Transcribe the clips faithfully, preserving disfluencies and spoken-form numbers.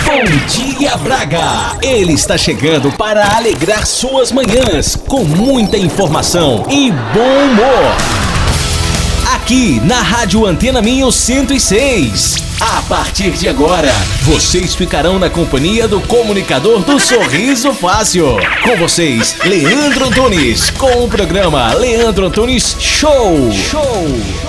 Bom Dia Braga! Ele está chegando para alegrar suas manhãs com muita informação e bom humor. Aqui na Rádio Antena Minho cento e seis. A partir de agora, vocês ficarão na companhia do comunicador do Sorriso Fácil. Com vocês, Leandro Antunes, com o programa Leandro Antunes Show. Show.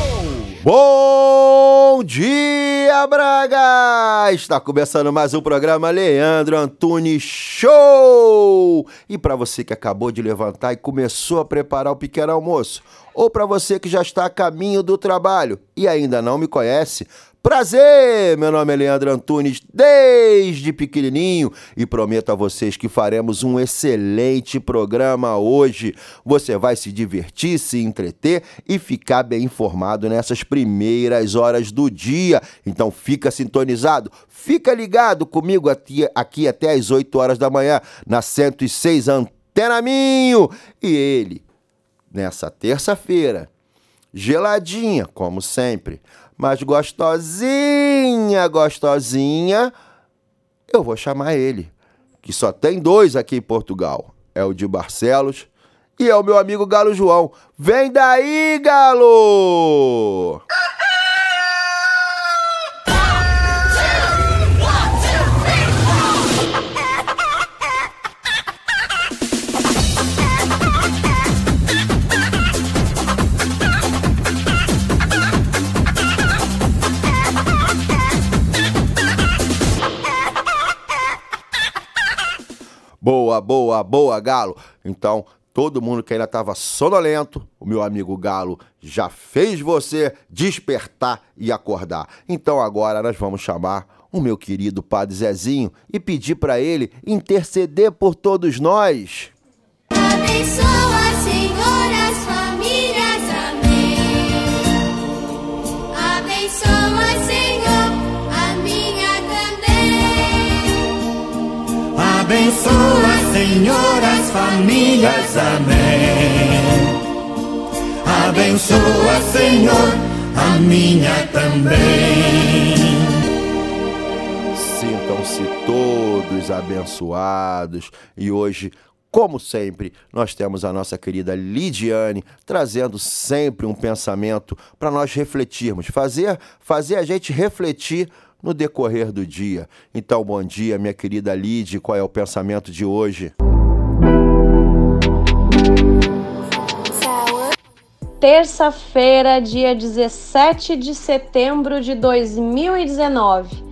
Bom dia, Braga! Está começando mais um programa Leandro Antunes Show! E para você que acabou de levantar e começou a preparar o pequeno almoço, ou para você que já está a caminho do trabalho e ainda não me conhece, prazer! Meu nome é Leandro Antunes, desde pequenininho, e prometo a vocês que faremos um excelente programa hoje. Você vai se divertir, se entreter e ficar bem informado nessas primeiras horas do dia. Então fica sintonizado, fica ligado comigo aqui, aqui até as oito horas da manhã, na cento e seis Antena Minho. E ele, nessa terça-feira, geladinha, como sempre, mas gostosinha, gostosinha, eu vou chamar ele, que só tem dois aqui em Portugal. É o de Barcelos e é o meu amigo Galo João. Vem daí, Galo! Boa, boa, boa, Galo. Então, todo mundo que ainda estava sonolento, o meu amigo Galo já fez você despertar e acordar. Então agora nós vamos chamar o meu querido Padre Zezinho e pedir para ele interceder por todos nós. Abençoa, Senhor, as famílias, amém. Abençoa, Senhor, a minha também. Abençoa, Senhor, as famílias, amém. Abençoa, Senhor, a minha também. Sintam-se todos abençoados. E hoje, como sempre, nós temos a nossa querida Lidiane trazendo sempre um pensamento para nós refletirmos, fazer, fazer a gente refletir no decorrer do dia. Então, bom dia, minha querida Lid, qual é o pensamento de hoje? Terça-feira, dia dezessete de setembro de dois mil e dezenove.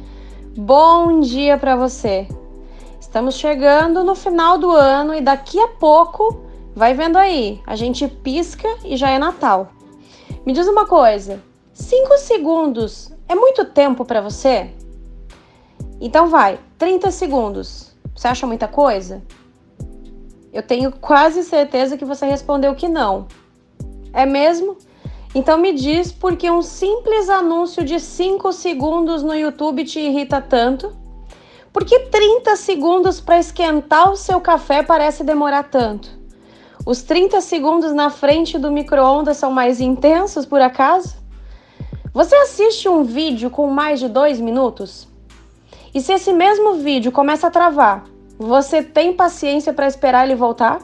Bom dia para você. Estamos chegando no final do ano e daqui a pouco, vai vendo aí, a gente pisca e já é Natal. Me diz uma coisa, cinco segundos é muito tempo para você? Então vai, trinta segundos. Você acha muita coisa? Eu tenho quase certeza que você respondeu que não. É mesmo? Então me diz por que um simples anúncio de cinco segundos no YouTube te irrita tanto? Por que trinta segundos para esquentar o seu café parece demorar tanto? Os trinta segundos na frente do micro-ondas são mais intensos, por acaso? Você assiste um vídeo com mais de dois minutos? E se esse mesmo vídeo começa a travar, você tem paciência para esperar ele voltar?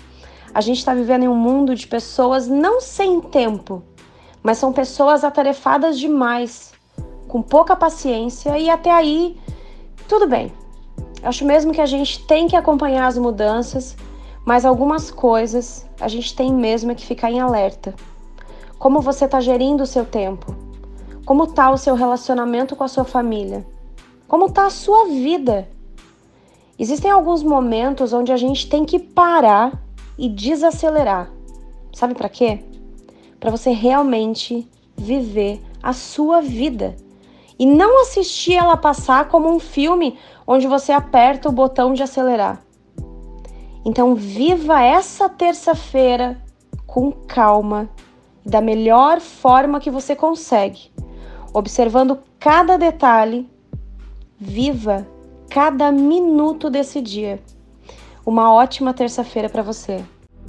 A gente está vivendo em um mundo de pessoas não sem tempo, mas são pessoas atarefadas demais, com pouca paciência e até aí, tudo bem. Acho mesmo que a gente tem que acompanhar as mudanças, mas algumas coisas a gente tem mesmo que ficar em alerta. Como você está gerindo o seu tempo? Como está o seu relacionamento com a sua família? Como está a sua vida? Existem alguns momentos onde a gente tem que parar e desacelerar. Sabe para quê? Para você realmente viver a sua vida e não assistir ela passar como um filme onde você aperta o botão de acelerar. Então viva essa terça-feira com calma e da melhor forma que você consegue, observando cada detalhe. Viva cada minuto desse dia. Uma ótima terça-feira para você.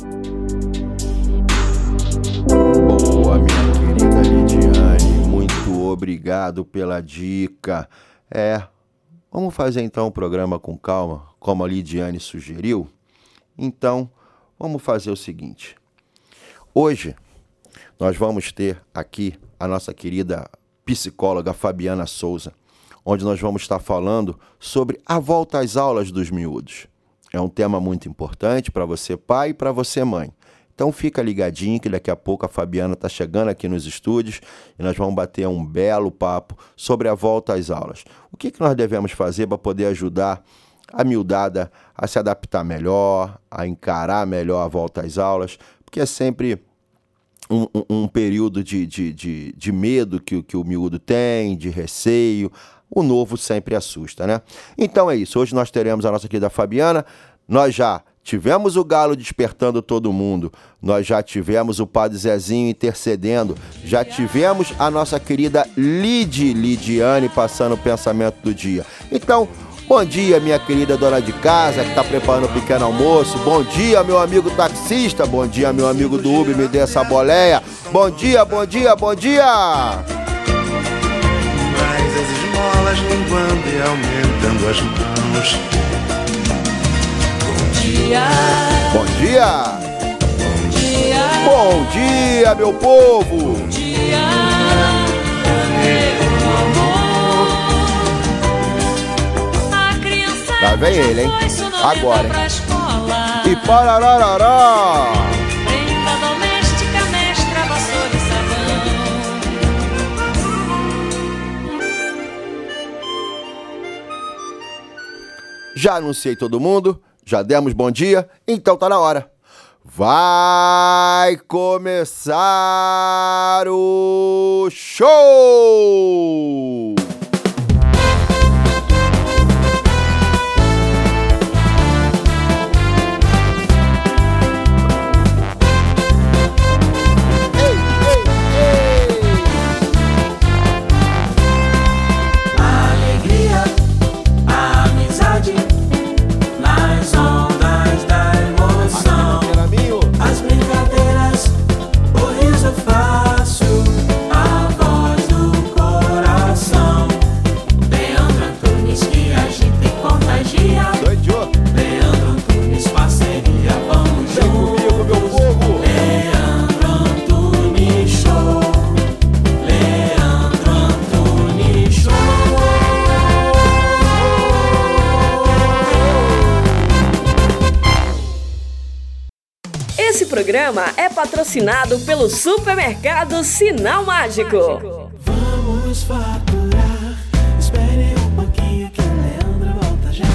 Boa, minha querida Lidiane, muito obrigado pela dica. É, Vamos fazer então o programa com calma, como a Lidiane sugeriu? Então, vamos fazer o seguinte. Hoje, nós vamos ter aqui a nossa querida psicóloga Fabiana Souza, onde nós vamos estar falando sobre a volta às aulas dos miúdos. É um tema muito importante para você pai e para você mãe. Então fica ligadinho que daqui a pouco a Fabiana está chegando aqui nos estúdios e nós vamos bater um belo papo sobre a volta às aulas. O que, que nós devemos fazer para poder ajudar a miudada a se adaptar melhor, a encarar melhor a volta às aulas, porque é sempre um, um, um período de, de, de, de medo que, que o miúdo tem, de receio. O novo sempre assusta, né? Então é isso. Hoje nós teremos a nossa querida Fabiana. Nós já tivemos o Galo despertando todo mundo, nós já tivemos o Padre Zezinho intercedendo, já tivemos a nossa querida Lid, Lidiane passando o pensamento do dia. Então, bom dia, minha querida dona de casa que está preparando o pequeno almoço. Bom dia, meu amigo taxista. Bom dia, meu amigo do Uber, me dê essa boleia. Bom dia, bom dia, bom dia. Mais as esmolas linguando e aumentando as mãos. Bom dia! Bom dia! Bom dia, meu povo! Bom dia, meu amor! A criança Lá vem ele, hein? Agora, hein? pra escola. E parararará! Prenda doméstica, mestra, vassoura e sabão. Já anunciei todo mundo? Já demos bom dia? Então tá na hora. Vai começar o show! Esse programa é patrocinado pelo Supermercado Sinal Mágico. Vamos faturar, espere um pouquinho que o Leandro volta já.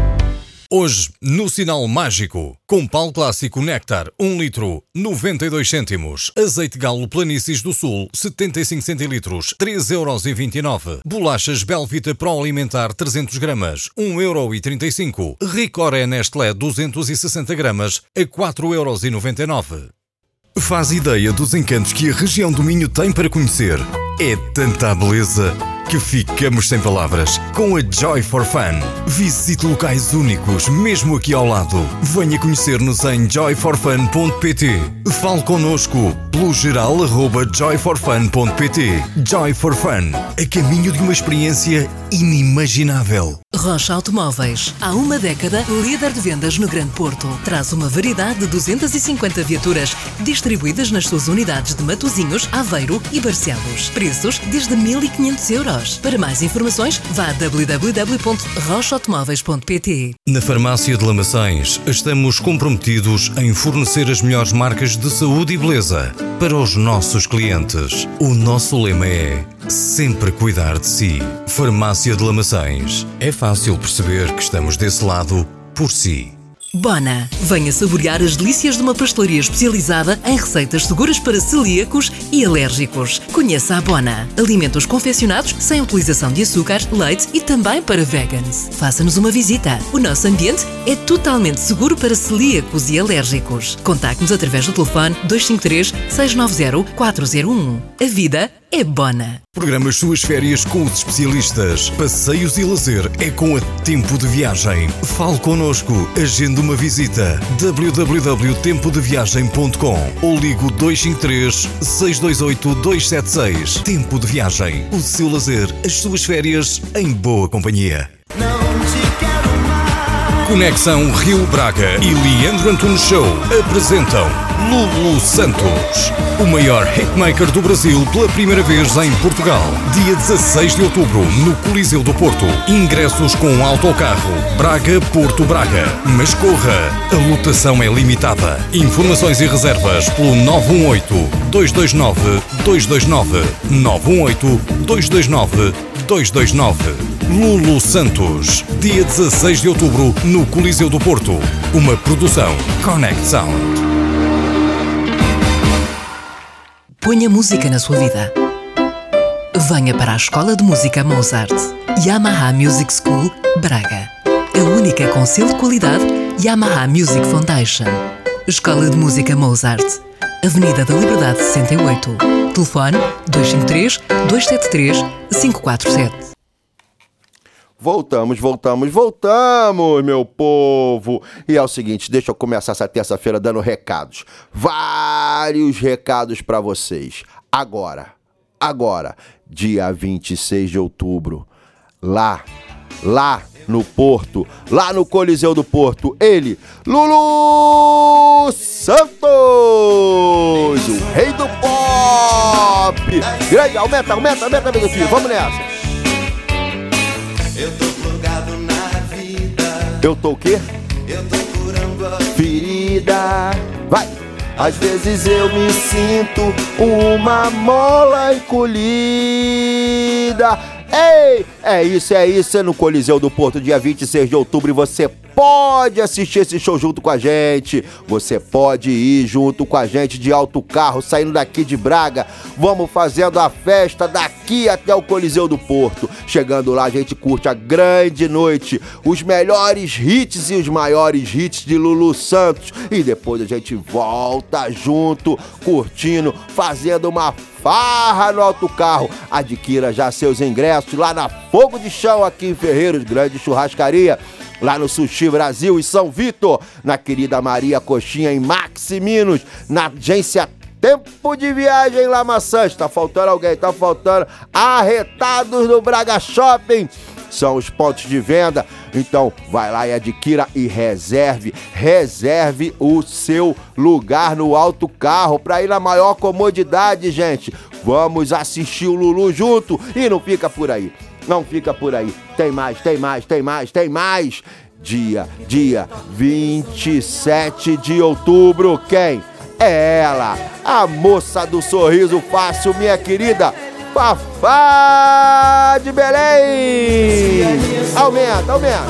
Hoje, no Sinal Mágico, com pau clássico Néctar, um litro, noventa e dois cêntimos. Azeite Galo Planícies do Sul, setenta e cinco centilitros, três euros e vinte e nove. Bolachas Belvita Pro Alimentar, trezentos gramas, um euro e trinta e cinco. Ricoré Nestlé, duzentos e sessenta gramas, a quatro euros e noventa e nove. Faz ideia dos encantos que a região do Minho tem para conhecer. É tanta beleza que ficamos sem palavras. Com a Joy for Fun. Visite locais únicos, mesmo aqui ao lado. Venha conhecer-nos em joy for fun ponto pt. Fale connosco pelo geral arroba joy for fun ponto pt. Joy for Fun, a caminho de uma experiência inimaginável. Rocha Automóveis, há uma década líder de vendas no Grande Porto. Traz uma variedade de duzentas e cinquenta viaturas distribuídas nas suas unidades de Matosinhos, Aveiro e Barcelos. Preços desde mil e quinhentos euros. Para mais informações, vá a w w w ponto rocha automóveis ponto pt. Na Farmácia de Lamaçães, estamos comprometidos em fornecer as melhores marcas de saúde e beleza para os nossos clientes. O nosso lema é sempre cuidar de si. Farmácia de Lamaçães. É fácil perceber que estamos desse lado por si. Bona. Venha saborear as delícias de uma pastelaria especializada em receitas seguras para celíacos e alérgicos. Conheça a Bona. Alimentos confeccionados sem utilização de açúcar, leite e também para vegans. Faça-nos uma visita. O nosso ambiente é totalmente seguro para celíacos e alérgicos. Contacte-nos através do telefone dois cinco três, seis nove zero, quatro zero um. A vida é Bona. Programa as suas férias com os especialistas. Passeios e lazer é com a Tempo de Viagem. Fale connosco. Agende uma visita. w w w ponto tempo de viagem ponto com ou ligo dois cinco três, seis dois oito, dois sete seis. Tempo de Viagem. O seu lazer, as suas férias em boa companhia. Conexão Rio Braga e Leandro Antunes Show apresentam Lulu Santos, o maior hitmaker do Brasil pela primeira vez em Portugal. Dia dezasseis de outubro, no Coliseu do Porto. Ingressos com autocarro Braga-Porto Braga. Mas corra, a lotação é limitada. Informações e reservas pelo nove um oito, dois dois nove, dois dois nove, nove um oito, dois dois nove, dois dois nove. Lulu Santos, dia dezasseis de outubro, no Coliseu do Porto. Uma produção Connect Sound. Ponha música na sua vida. Venha para a Escola de Música Mozart, Yamaha Music School, Braga. A única com selo de qualidade Yamaha Music Foundation. Escola de Música Mozart, Avenida da Liberdade sessenta e oito. Telefone dois cinco três, dois sete três, cinco quatro sete. Voltamos, voltamos, voltamos, meu povo. E é o seguinte, deixa eu começar essa terça-feira dando recados. Vários recados pra vocês. Agora, agora, dia vinte e seis de outubro, lá, lá no Porto, lá no Coliseu do Porto, ele, Lulu Santos, o rei do pop. Grande, aumenta, aumenta, aumenta, meu filho, vamos nessa. Eu tô plugado na vida. Eu tô o quê? Eu tô curando a Ferida. Vai! Às vezes eu me sinto uma mola encolhida. Ei! É isso, é isso. É no Coliseu do Porto, dia vinte e seis de outubro. E você pode assistir esse show junto com a gente. Você pode ir junto com a gente de autocarro, saindo daqui de Braga. Vamos fazendo a festa daqui até o Coliseu do Porto. Chegando lá, a gente curte a grande noite, os melhores hits e os maiores hits de Lulu Santos. E depois a gente volta junto, curtindo, fazendo uma farra no autocarro. Adquira já seus ingressos lá na Fogo de Chão, aqui em Ferreiros, grande churrascaria. Lá no Sushi Brasil, em São Vitor, na querida Maria Coxinha, em Maximinos, na agência Tempo de Viagem em Lamaçãs. Tá faltando alguém, tá faltando Arretados no Braga Shopping. São os pontos de venda. Então, vai lá e adquira e reserve, reserve o seu lugar no autocarro para ir na maior comodidade, gente. Vamos assistir o Lulu junto e não fica por aí. Não fica por aí. Tem mais, tem mais, tem mais, tem mais. Dia, dia vinte e sete de outubro. Quem? É ela, a moça do sorriso fácil, minha querida Fafá de Belém. Aumenta, aumenta.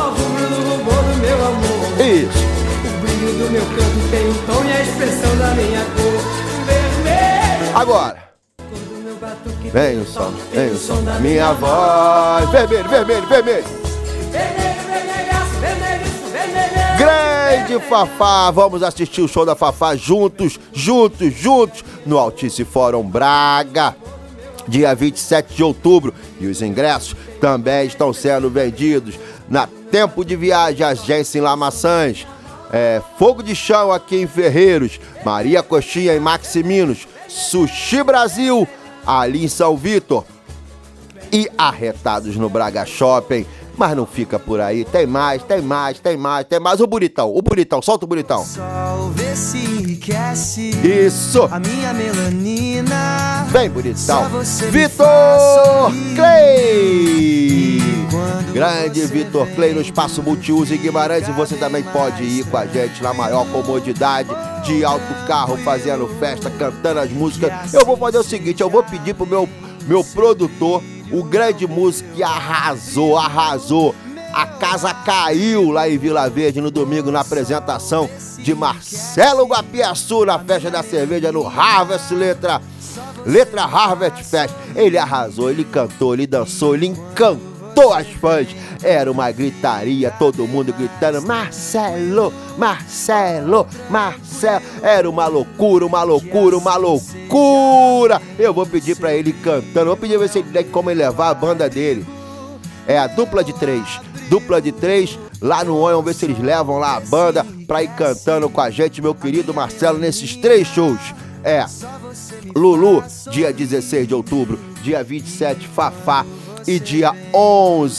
Isso. O brilho do meu canto tem o tom e a expressão da minha cor vermelho. Agora. Vem o som, vem o som da minha voz. Vermelho, vermelho, vermelho. Vermelho, vermelhaço, vermelho, vermelho. Grande Fafá, vamos assistir o show da Fafá juntos, juntos, juntos, no Altice Fórum Braga, dia vinte e sete de outubro. E os ingressos também estão sendo vendidos na Tempo de Viagem, agência em Lamaçãs, é, Fogo de Chão aqui em Ferreiros, Maria Coxinha em Maximinos, Sushi Brasil ali em São Vitor e Arretados no Braga Shopping. Mas não fica por aí, tem mais, tem mais, tem mais, tem mais. O bonitão, o bonitão, solta o bonitão. Sol vê se enriquece. Isso. A minha melanina. Bem bonitão. Vitor Clay. Grande Vitor Clay no Espaço Multiuso em Guimarães. E você também pode ir com a gente na maior comodidade de autocarro, fazendo festa, cantando as músicas. Eu vou fazer o seguinte, eu vou pedir pro meu, meu produtor, o grande músico que arrasou, arrasou. A casa caiu lá em Vila Verde no domingo na apresentação de Marcelo Guapiaçu na festa da cerveja no Harvest Letra, Letra Harvest Fest. Ele arrasou, ele cantou, ele dançou, ele encantou as fãs. Era uma gritaria, todo mundo gritando Marcelo, Marcelo, Marcelo. Era uma loucura, uma loucura, uma loucura. Eu vou pedir pra ele cantando, vou pedir pra se ele tem como ele levar a banda dele. É a dupla de três, dupla de três lá no Oi, vamos ver se eles levam lá a banda pra ir cantando com a gente, meu querido Marcelo, nesses três shows. É Lulu, dia dezesseis de outubro, dia vinte e sete, Fafá, e dia onze,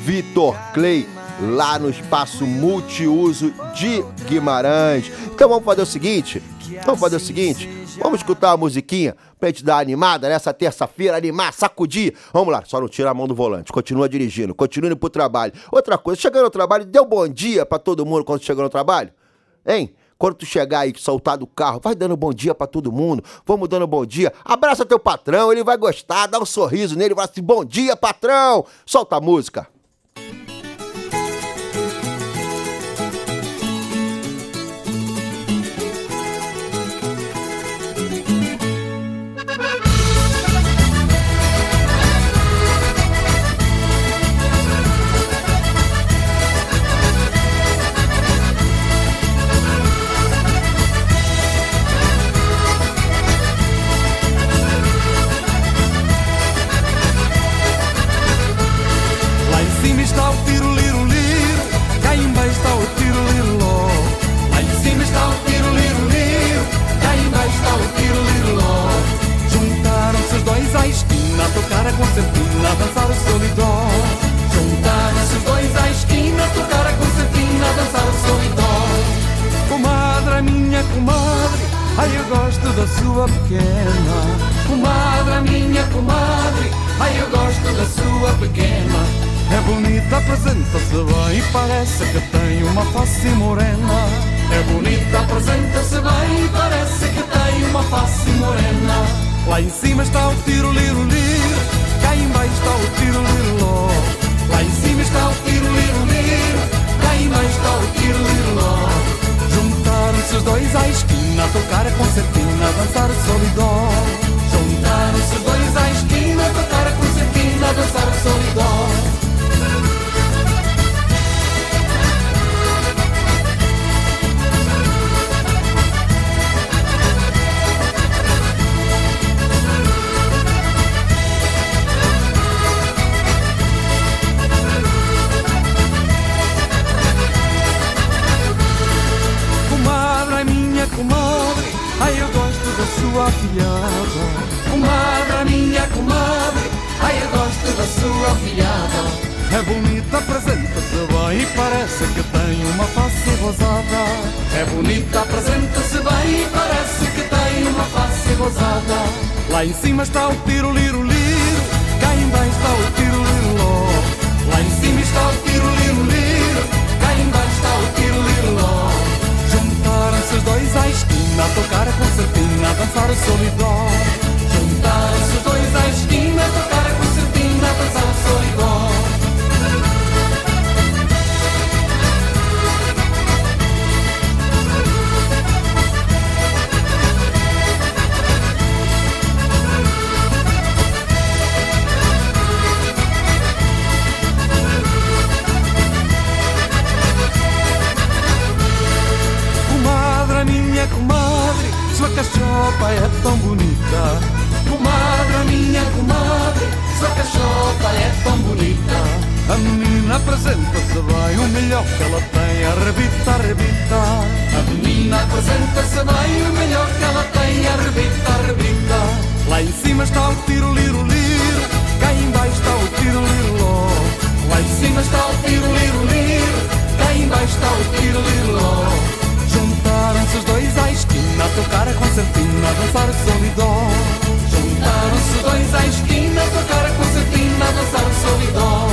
Vitor Clay, lá no Espaço Multiuso de Guimarães. Então vamos fazer o seguinte, vamos fazer o seguinte, vamos escutar uma musiquinha pra gente dar uma animada nessa terça-feira, animar, sacudir. Vamos lá, só não tira a mão do volante, continua dirigindo, continue indo pro trabalho. Outra coisa, chegando no trabalho, deu bom dia pra todo mundo quando chegou no trabalho? Hein? Quando tu chegar aí, soltar do carro, vai dando bom dia pra todo mundo, vamos dando bom dia, abraça teu patrão, ele vai gostar, dá um sorriso nele, vai assim, bom dia, patrão, solta a música. Está o tiro, liro, liro, cá embaixo está o tiro, liro, ló. Lá em cima está o tiro, liro, liro, cá embaixo está o tiro, liro, ló. Juntaram-se os dois à esquina, a tocar a concertina, a dançar o solidó. Juntaram-se os dois à esquina, a tocar a concertina, a dançar o solidó. Comadre, a minha comadre, ai eu gosto da sua pequena. Comadre, a minha comadre, ai eu gosto da sua pequena. É bonita, apresenta-se bem e parece que tem uma face morena. É bonita, apresenta-se bem e parece que tem uma face morena. Lá em cima está o tiro, liro, liro, cá em baixo está o tiro, liro, ló. Lá em cima está o tiro, liro, liro, cá em baixo está o tiro, liro, ló. Juntaram-se os dois à esquina, a tocar a concertina, a dançar o solidó. Juntaram-se os dois à esquina, a tocar a concertina, a dançar o solidó. Comadre, ai eu gosto da sua afilhada. Comadre, minha comadre, ai eu gosto da sua afilhada. É bonita, apresenta-se bem e parece que tem uma face rosada. É bonita, apresenta-se bem e parece que tem uma face rosada. Lá em cima está o tiro, liro, liro, cá em baixo está o tiro, liro, ló. Lá em cima está o tiro, liro, liro, cá em baixo está o tiro, liro, ló. Juntaram-se os dois à esquina, a tocar a concertina, a dançar o solidó. Juntaram-se os dois à esquina, a tocar a concertina, a dançar o solidó. Minha comadre, sua cachopa é tão bonita. Comadre, minha comadre, sua cachopa é tão bonita. A menina apresenta-se bem, o melhor que ela tem, arrebita, arrebita. A menina apresenta-se bem, o melhor que ela tem, arrebita, arrebita. Lá em cima está o tiro, liro, liro, cá em baixo está o tiro, liro, ló. Lá em cima está o tiro, liro, liro, cá em baixo está o tiro, liro, ló. Juntaram-se os dois à esquina, a tocar a concertina, a dançar o solidó. Juntaram-se os dois à esquina, a tocar a concertina, a dançar o solidó.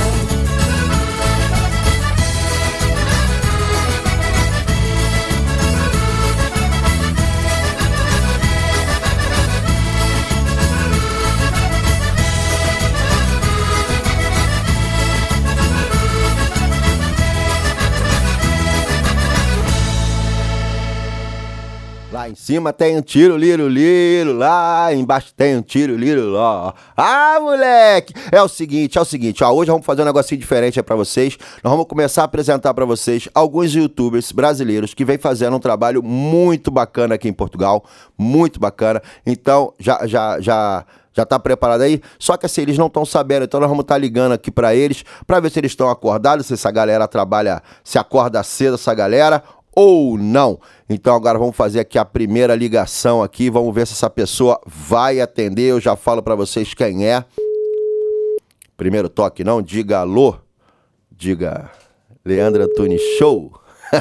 Lá em cima tem um tiro, liro, liro, lá embaixo tem um tiro, liro, ló. Ah, moleque! É o seguinte, é o seguinte, ó, hoje vamos fazer um negocinho diferente aí pra vocês. Nós vamos começar a apresentar pra vocês alguns youtubers brasileiros que vem fazendo um trabalho muito bacana aqui em Portugal, muito bacana. Então, já, já, já... Já tá preparado aí? Só que assim, eles não estão sabendo, então nós vamos estar tá ligando aqui pra eles, pra ver se eles estão acordados, se essa galera trabalha, se acorda cedo essa galera, ou não. Então agora vamos fazer aqui a primeira ligação aqui, vamos ver se essa pessoa vai atender, eu já falo pra vocês quem é. Primeiro toque, não diga alô, Diga, Leandro Antunes Show.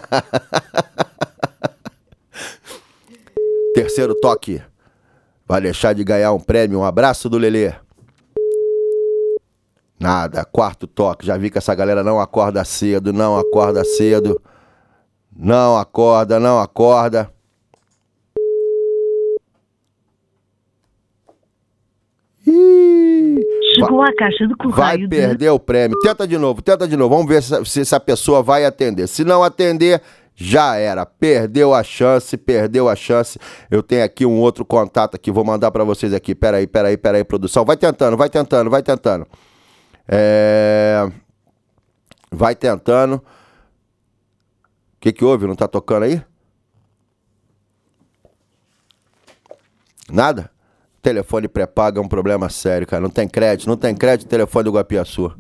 Terceiro toque. Vai deixar de ganhar um prêmio. Um abraço do Lelê. Nada. Quarto toque. Já vi que essa galera não acorda cedo, não acorda cedo. Não acorda, não acorda. Ih, Chegou vai, a caixa de correio. vai de... perder o prêmio. Tenta de novo, tenta de novo. Vamos ver se, se essa pessoa vai atender. Se não atender, já era. Perdeu a chance, perdeu a chance. Eu tenho aqui um outro contato aqui, vou mandar pra vocês aqui. Peraí, peraí, peraí, produção. Vai tentando, vai tentando, vai tentando. É... Vai tentando. O que que houve? Não tá tocando aí? Nada? Telefone pré-pago é um problema sério, cara. Não tem crédito, não tem crédito, telefone do Guapiaçu.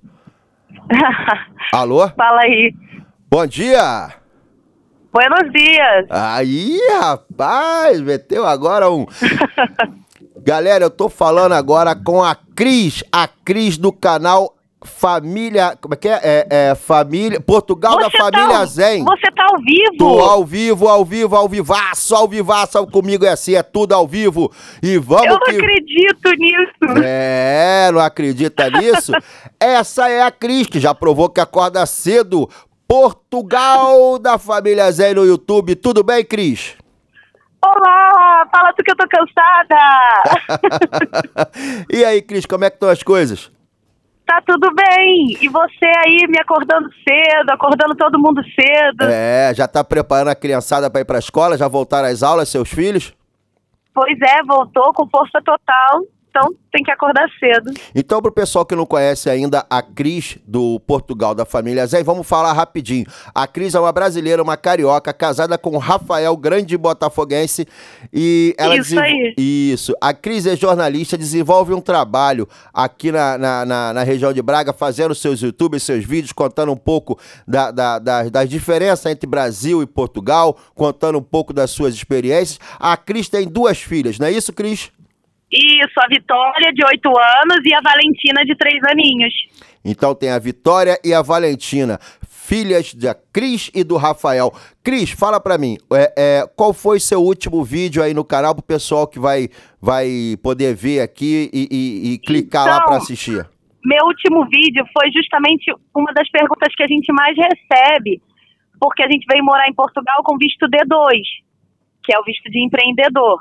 Alô? Fala aí. Bom dia! Buenos dias. Aí, rapaz, meteu agora um... Galera, eu tô falando agora com a Cris, a Cris do canal Família... Como é que é? É, é Família... Portugal Você da Família tá, Zen. Você tá ao vivo? Tô ao vivo, ao vivo, ao vivaço, ao vivaço. Comigo é assim, é tudo ao vivo. E vamos Eu não que... acredito nisso. É, não acredita nisso? Essa é a Cris, que já provou que acorda cedo. Portugal da Família Zen no YouTube. Tudo bem, Cris? Olá, fala tu que eu tô cansada. E aí, Cris, como é que estão as coisas? Tá tudo bem. E você aí me acordando cedo, acordando todo mundo cedo. É, já tá preparando a criançada pra ir pra escola? Já voltaram às aulas, seus filhos? Pois é, voltou com força total. Então tem que acordar cedo. Então, pro pessoal que não conhece ainda a Cris do Portugal da Família Zen, vamos falar rapidinho. A Cris é uma brasileira, uma carioca, casada com o Rafael, grande botafoguense. E ela Isso desenvol... aí. Isso. A Cris é jornalista, desenvolve um trabalho aqui na, na, na, na região de Braga, fazendo seus YouTubes, seus vídeos, contando um pouco da, da, da, das diferenças entre Brasil e Portugal, contando um pouco das suas experiências. A Cris tem duas filhas, não é isso, Cris? Isso, a Vitória, de oito anos, e a Valentina, de três aninhos. Então tem a Vitória e a Valentina, filhas da Cris e do Rafael. Cris, fala pra mim, é, é, qual foi seu último vídeo aí no canal pro pessoal que vai, vai poder ver aqui e, e, e clicar Então, lá pra assistir? Meu último vídeo foi justamente uma das perguntas que a gente mais recebe, porque a gente veio morar em Portugal com visto D dois, que é o visto de empreendedor.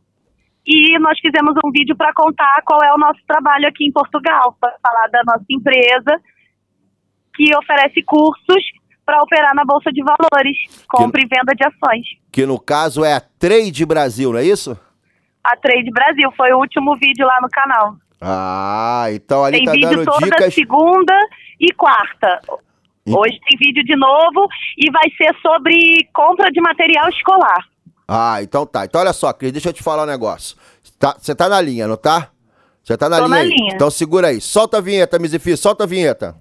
E nós fizemos um vídeo para contar qual é o nosso trabalho aqui em Portugal, para falar da nossa empresa, que oferece cursos para operar na Bolsa de Valores, compra e venda de ações. Que no caso é a Trade Brasil, não é isso? A Trade Brasil foi o último vídeo lá no canal. Ah, então ali tem tá vídeo dando toda dicas... segunda e quarta. Hoje tem vídeo de novo e vai ser sobre compra de material escolar. Ah, então tá. Então olha só, Cris, deixa eu te falar um negócio. Você tá, tá na linha, não tá? Você tá na Tô linha na aí. linha. Então segura aí. Solta a vinheta, Mizifi, solta a vinheta.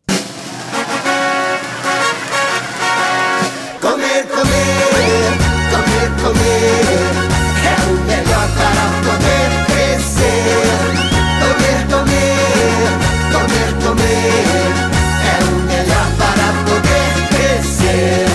Comer, comer, comer, comer é o melhor para poder crescer. Comer, comer, comer, comer é o melhor para poder crescer.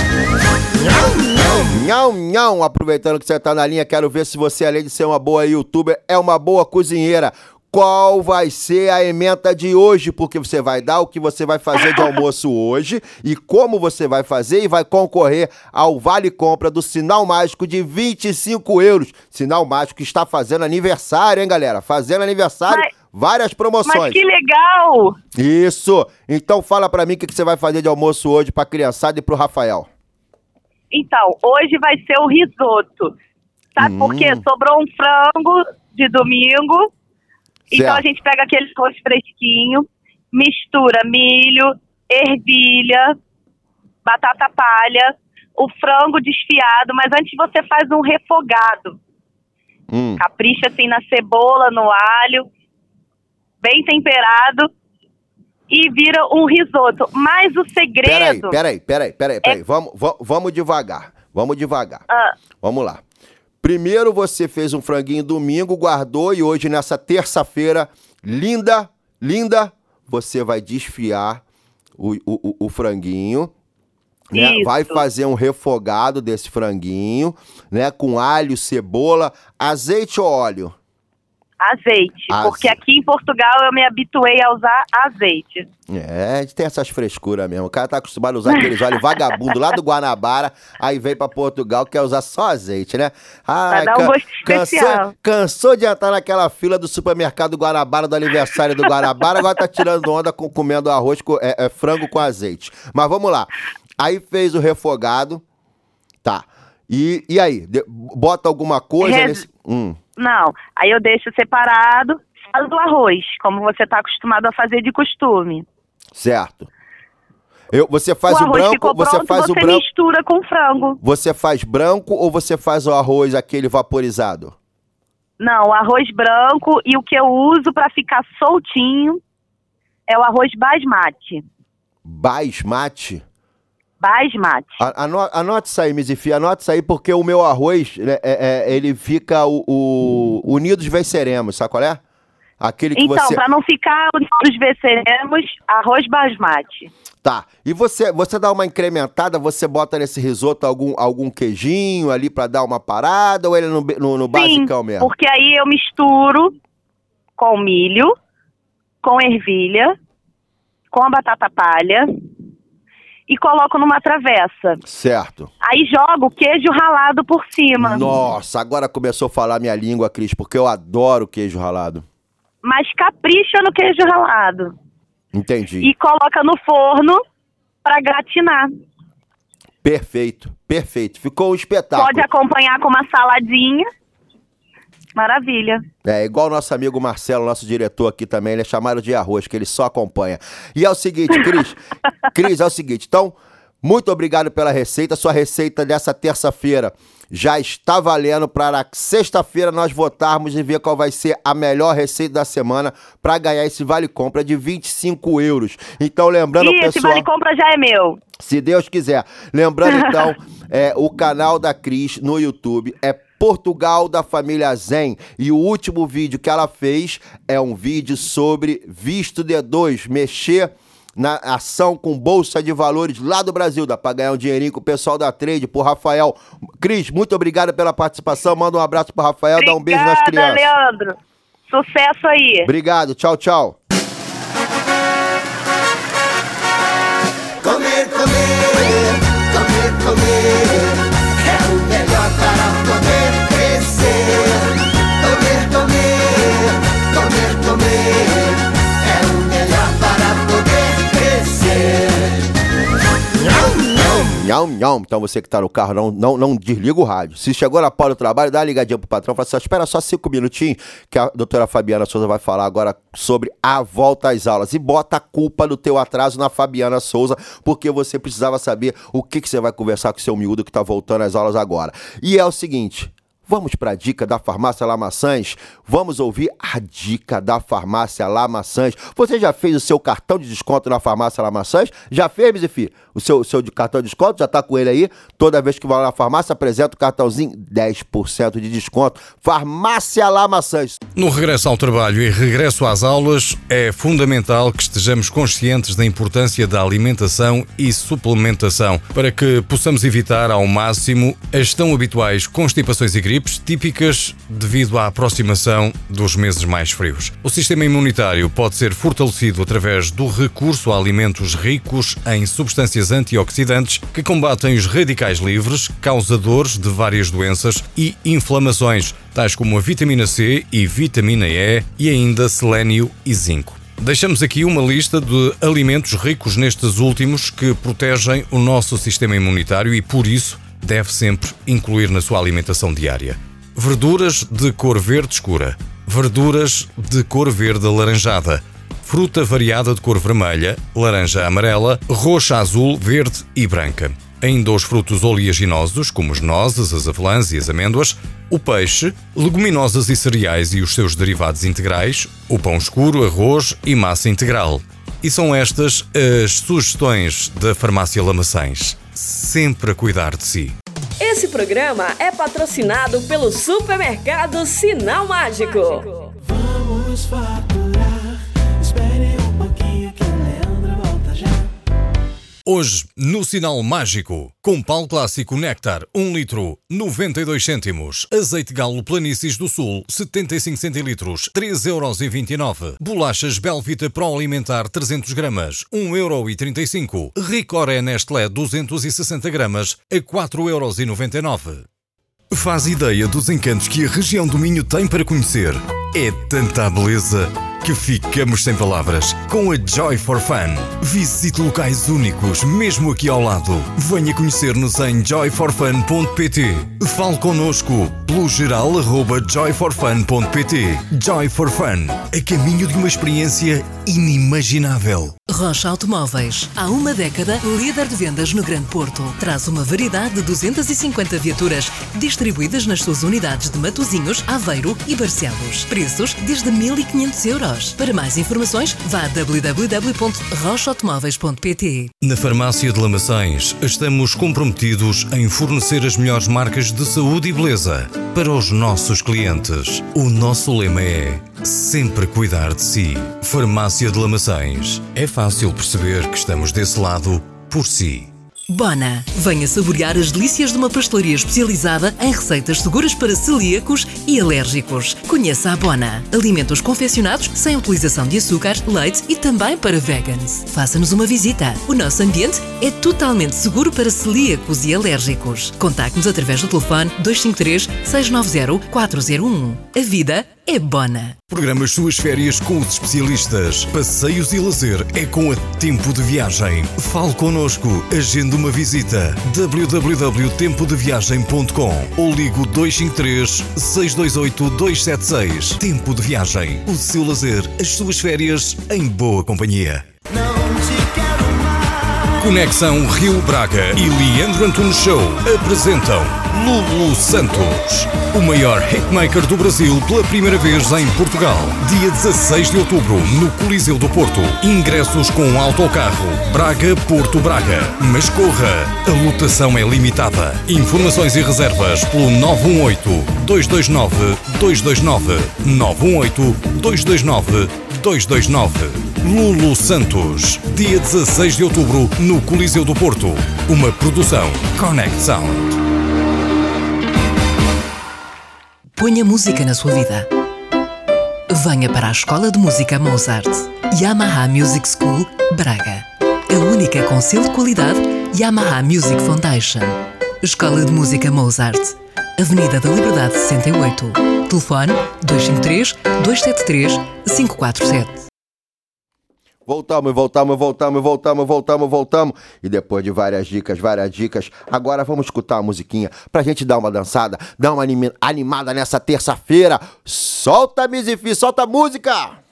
Nhão, nhão, aproveitando que você tá na linha, quero ver se você, além de ser uma boa youtuber, é uma boa cozinheira. Qual vai ser a ementa de hoje? Porque você vai dar o que você vai fazer de almoço hoje e como você vai fazer e vai concorrer ao Vale Compra do Sinal Mágico de vinte e cinco euros. Sinal Mágico que está fazendo aniversário, hein, galera? Fazendo aniversário, Mas, várias promoções. Mas que legal! Isso! Então fala pra mim o que que você vai fazer de almoço hoje pra criançada e pro Rafael. Então, hoje vai ser o risoto. Sabe Hum. por quê? Sobrou um frango de domingo. Então Certo. a gente pega aquele arroz fresquinho, mistura milho, ervilha, batata palha, o frango desfiado, mas antes você faz um refogado. Hum. Capricha assim na cebola, no alho, bem temperado e vira um risoto. Mas o segredo... Peraí, peraí, peraí, peraí, peraí. Vamos, va- vamos devagar, vamos devagar. Ah. Vamos lá. Primeiro você fez um franguinho domingo, guardou e hoje nessa terça-feira, linda, linda, você vai desfiar o, o, o franguinho, né? Isso. Vai fazer um refogado desse franguinho, né? Com alho, cebola, azeite ou óleo? Azeite, Aze- porque aqui em Portugal eu me habituei a usar azeite. É, a gente tem essas frescuras mesmo. O cara tá acostumado a usar aqueles óleos vagabundo lá do Guanabara, aí vem pra Portugal, quer usar só azeite, né? Vai dar um gosto especial. Cansou, cansou de entrar naquela fila do supermercado Guanabara, do aniversário do Guanabara, agora tá tirando onda com, comendo arroz, com, é, é, frango com azeite. Mas vamos lá. Aí fez o refogado, tá. E, e aí? De- bota alguma coisa Res- nesse... Hum. Não, aí eu deixo separado, faz o arroz, como você tá acostumado a fazer de costume. Certo. Eu, você faz o o, arroz branco, ficou você pronto, faz você o branco... mistura com frango. Você faz branco ou você faz o arroz aquele vaporizado? Não, arroz branco, e o que eu uso pra ficar soltinho é o arroz basmati. Basmati? Basmati. A- ano- Anote isso aí, Mizifi, anote isso aí, porque o meu arroz, né, é- é- ele fica o, o unidos venceremos, sabe qual é? Aquele que Então, você... pra não ficar os venceremos, arroz basmati. Tá, e você, você dá uma incrementada, você bota nesse risoto algum, algum queijinho ali pra dar uma parada, ou ele é no, be- no, no basicão Sim, mesmo? porque aí eu misturo com milho, com ervilha, com a batata palha e coloco numa travessa. Certo. Aí jogo queijo ralado por cima. Nossa, agora começou a falar minha língua, Cris, porque eu adoro queijo ralado. Mas capricha no queijo ralado. Entendi. E coloca no forno pra gratinar. Perfeito, perfeito. Ficou um espetáculo. Pode acompanhar com uma saladinha. Maravilha. É igual o nosso amigo Marcelo, nosso diretor aqui também, ele é chamado de arroz, que ele só acompanha. E é o seguinte, Cris, Cris, é o seguinte, então, muito obrigado pela receita, sua receita dessa terça-feira já está valendo para na sexta-feira nós votarmos e ver qual vai ser a melhor receita da semana para ganhar esse vale-compra de vinte e cinco euros. Então, lembrando, Ih, pessoal... esse vale-compra já é meu. Se Deus quiser. Lembrando, então, é, o canal da Cris no YouTube é Portugal da Família Zen. E o último vídeo que ela fez é um vídeo sobre visto D dois, mexer na ação com bolsa de valores lá do Brasil. Dá pra ganhar um dinheirinho com o pessoal da Trade, pro Rafael. Cris, muito obrigado pela participação. Manda um abraço pro Rafael, dá um beijo nas Obrigada, crianças. Leandro. Sucesso aí. Obrigado, tchau, tchau. Comer, comer, comer, comer é o melhor para poder crescer. Comer, comer, comer, comer é o melhor para poder crescer. Nham, nham. Então você que tá no carro, não, não, não desliga o rádio. Se chegou na pau do trabalho, dá uma ligadinha pro patrão, fala assim, espera só cinco minutinhos, que a doutora Fabiana Souza vai falar agora sobre a volta às aulas. E bota a culpa do teu atraso na Fabiana Souza, porque você precisava saber o que, que você vai conversar com o seu miúdo que tá voltando às aulas agora. E é o seguinte... Vamos para a dica da Farmácia Lamaçãs? Vamos ouvir a dica da Farmácia Lamaçãs. Você já fez o seu cartão de desconto na Farmácia Lamaçãs? Já fez, Mizifi? O seu, o seu de cartão de desconto já está com ele aí? Toda vez que vai lá na farmácia, apresenta o cartãozinho, dez por cento de desconto. Farmácia Lamaçãs. No regresso ao trabalho e regresso às aulas, é fundamental que estejamos conscientes da importância da alimentação e suplementação para que possamos evitar ao máximo as tão habituais constipações e gripes típicas devido à aproximação dos meses mais frios. O sistema imunitário pode ser fortalecido através do recurso a alimentos ricos em substâncias antioxidantes que combatem os radicais livres, causadores de várias doenças e inflamações, tais como a vitamina C e vitamina E e ainda selênio e zinco. Deixamos aqui uma lista de alimentos ricos nestes últimos que protegem o nosso sistema imunitário e, por isso, deve sempre incluir na sua alimentação diária. Verduras de cor verde escura, verduras de cor verde alaranjada, fruta variada de cor vermelha, laranja amarela, roxa azul, verde e branca. Ainda os frutos oleaginosos, como as nozes, as avelãs e as amêndoas, o peixe, leguminosas e cereais e os seus derivados integrais, o pão escuro, arroz e massa integral. E são estas as sugestões da Farmácia Lamaçãs. Sempre a cuidar de si. Esse programa é patrocinado pelo supermercado Sinal Mágico. Vamos faturar, espere um pouquinho que o Leandro volta já. Hoje, no Sinal Mágico, com pau clássico Néctar, um litro, noventa e dois cêntimos. Azeite Galo Planícies do Sul, setenta e cinco centilitros, três euros e vinte e nove. Bolachas Belvita Pro Alimentar, trezentos gramas, um euro e trinta e cinco. Ricoré Nestlé, duzentos e sessenta gramas, a quatro euros e noventa e nove. Faz ideia dos encantos que a região do Minho tem para conhecer. É tanta beleza que ficamos sem palavras. Com a Joy for Fun. Visite locais únicos, mesmo aqui ao lado. Venha conhecer-nos em joy for fun ponto pt. Fale connosco pelo geral arroba joy for fun ponto pt. Joy for Fun, a caminho de uma experiência inimaginável. Rocha Automóveis, há uma década líder de vendas no Grande Porto. Traz uma variedade de duzentas e cinquenta viaturas distribuídas nas suas unidades de Matosinhos, Aveiro e Barcelos. Preços desde mil e quinhentos euros. Para mais informações, vá a w w w ponto rocha automóveis ponto pt. Na Farmácia de Lamaçães, estamos comprometidos em fornecer as melhores marcas de saúde e beleza para os nossos clientes. O nosso lema é sempre cuidar de si. Farmácia de Lamaçães. É fácil perceber que estamos desse lado por si. Bona. Venha saborear as delícias de uma pastelaria especializada em receitas seguras para celíacos e alérgicos. Conheça a Bona. Alimentos confeccionados sem utilização de açúcar, leite e também para vegans. Faça-nos uma visita. O nosso ambiente é totalmente seguro para celíacos e alérgicos. Contacte-nos através do telefone dois cinco três, seis nove zero, quatro zero um. A vida é Bona. Programa as suas férias com os especialistas. Passeios e lazer é com a Tempo de Viagem. Fale connosco. Agende uma visita. w w w ponto tempo de viagem ponto com ou ligo dois cinco três, seis dois oito, dois sete seis. Tempo de Viagem. O seu lazer, as suas férias em boa companhia. Conexão Rio Braga e Leandro Antunes Show apresentam Lulu Santos, o maior hitmaker do Brasil pela primeira vez em Portugal. Dia dezasseis de outubro, no Coliseu do Porto. Ingressos com autocarro Braga-Porto Braga. Mas corra, a lotação é limitada. Informações e reservas pelo nove um oito, dois dois nove, dois dois nove, nove um oito, dois dois nove, dois dois nove. Lulu Santos, dia dezasseis de outubro, no Coliseu do Porto. Uma produção Connect Sound. Ponha música na sua vida. Venha para a Escola de Música Mozart. Yamaha Music School, Braga. A única com selo de qualidade Yamaha Music Foundation. Escola de Música Mozart. Avenida da Liberdade sessenta e oito. Telefone dois cinco três, dois sete três, cinco quatro sete. Voltamos, voltamos, voltamos, voltamos, voltamos, voltamos. E depois de várias dicas, várias dicas, agora vamos escutar a musiquinha pra gente dar uma dançada, dar uma animada nessa terça-feira. Solta, Mizifi, solta a música!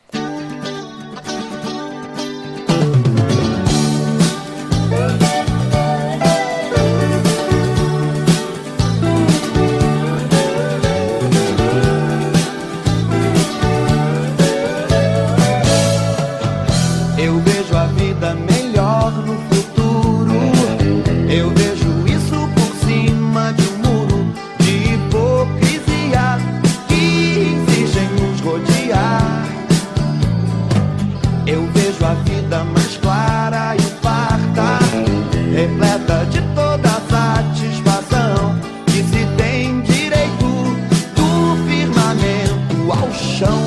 Eu vejo a vida melhor no futuro. Eu vejo isso por cima de um muro de hipocrisia que exigem nos rodear. Eu vejo a vida mais clara e farta, repleta de toda satisfação que se tem direito do firmamento ao chão.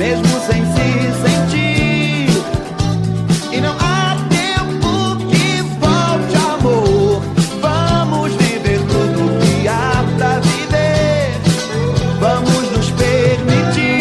mesmo sem se sentir. E não há tempo que volte, amor. Vamos viver tudo que há pra viver. Vamos nos permitir.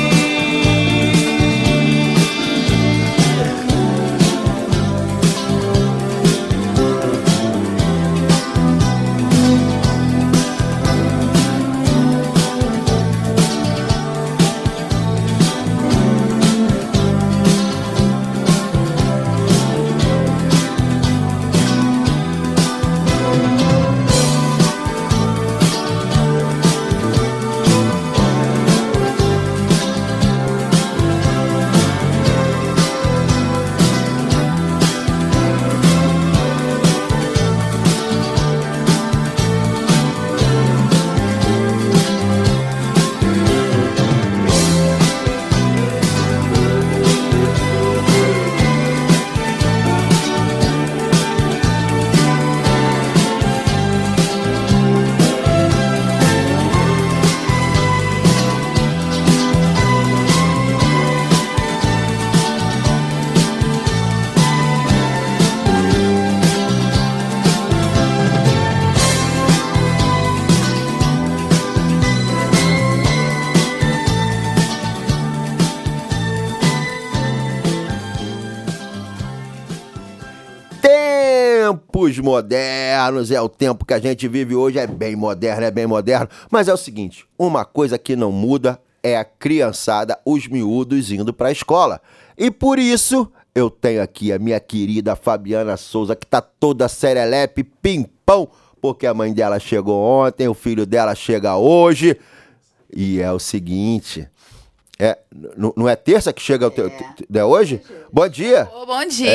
Tempos modernos, é o tempo que a gente vive hoje, é bem moderno, é bem moderno. Mas é o seguinte, uma coisa que não muda é a criançada, os miúdos indo pra escola. E por isso, eu tenho aqui a minha querida Fabiana Souza, que tá toda serelepe, pimpão, porque a mãe dela chegou ontem, o filho dela chega hoje. E é o seguinte... É, n- não é terça que chega o teu, é. é hoje? Bom dia. Ô, bom dia.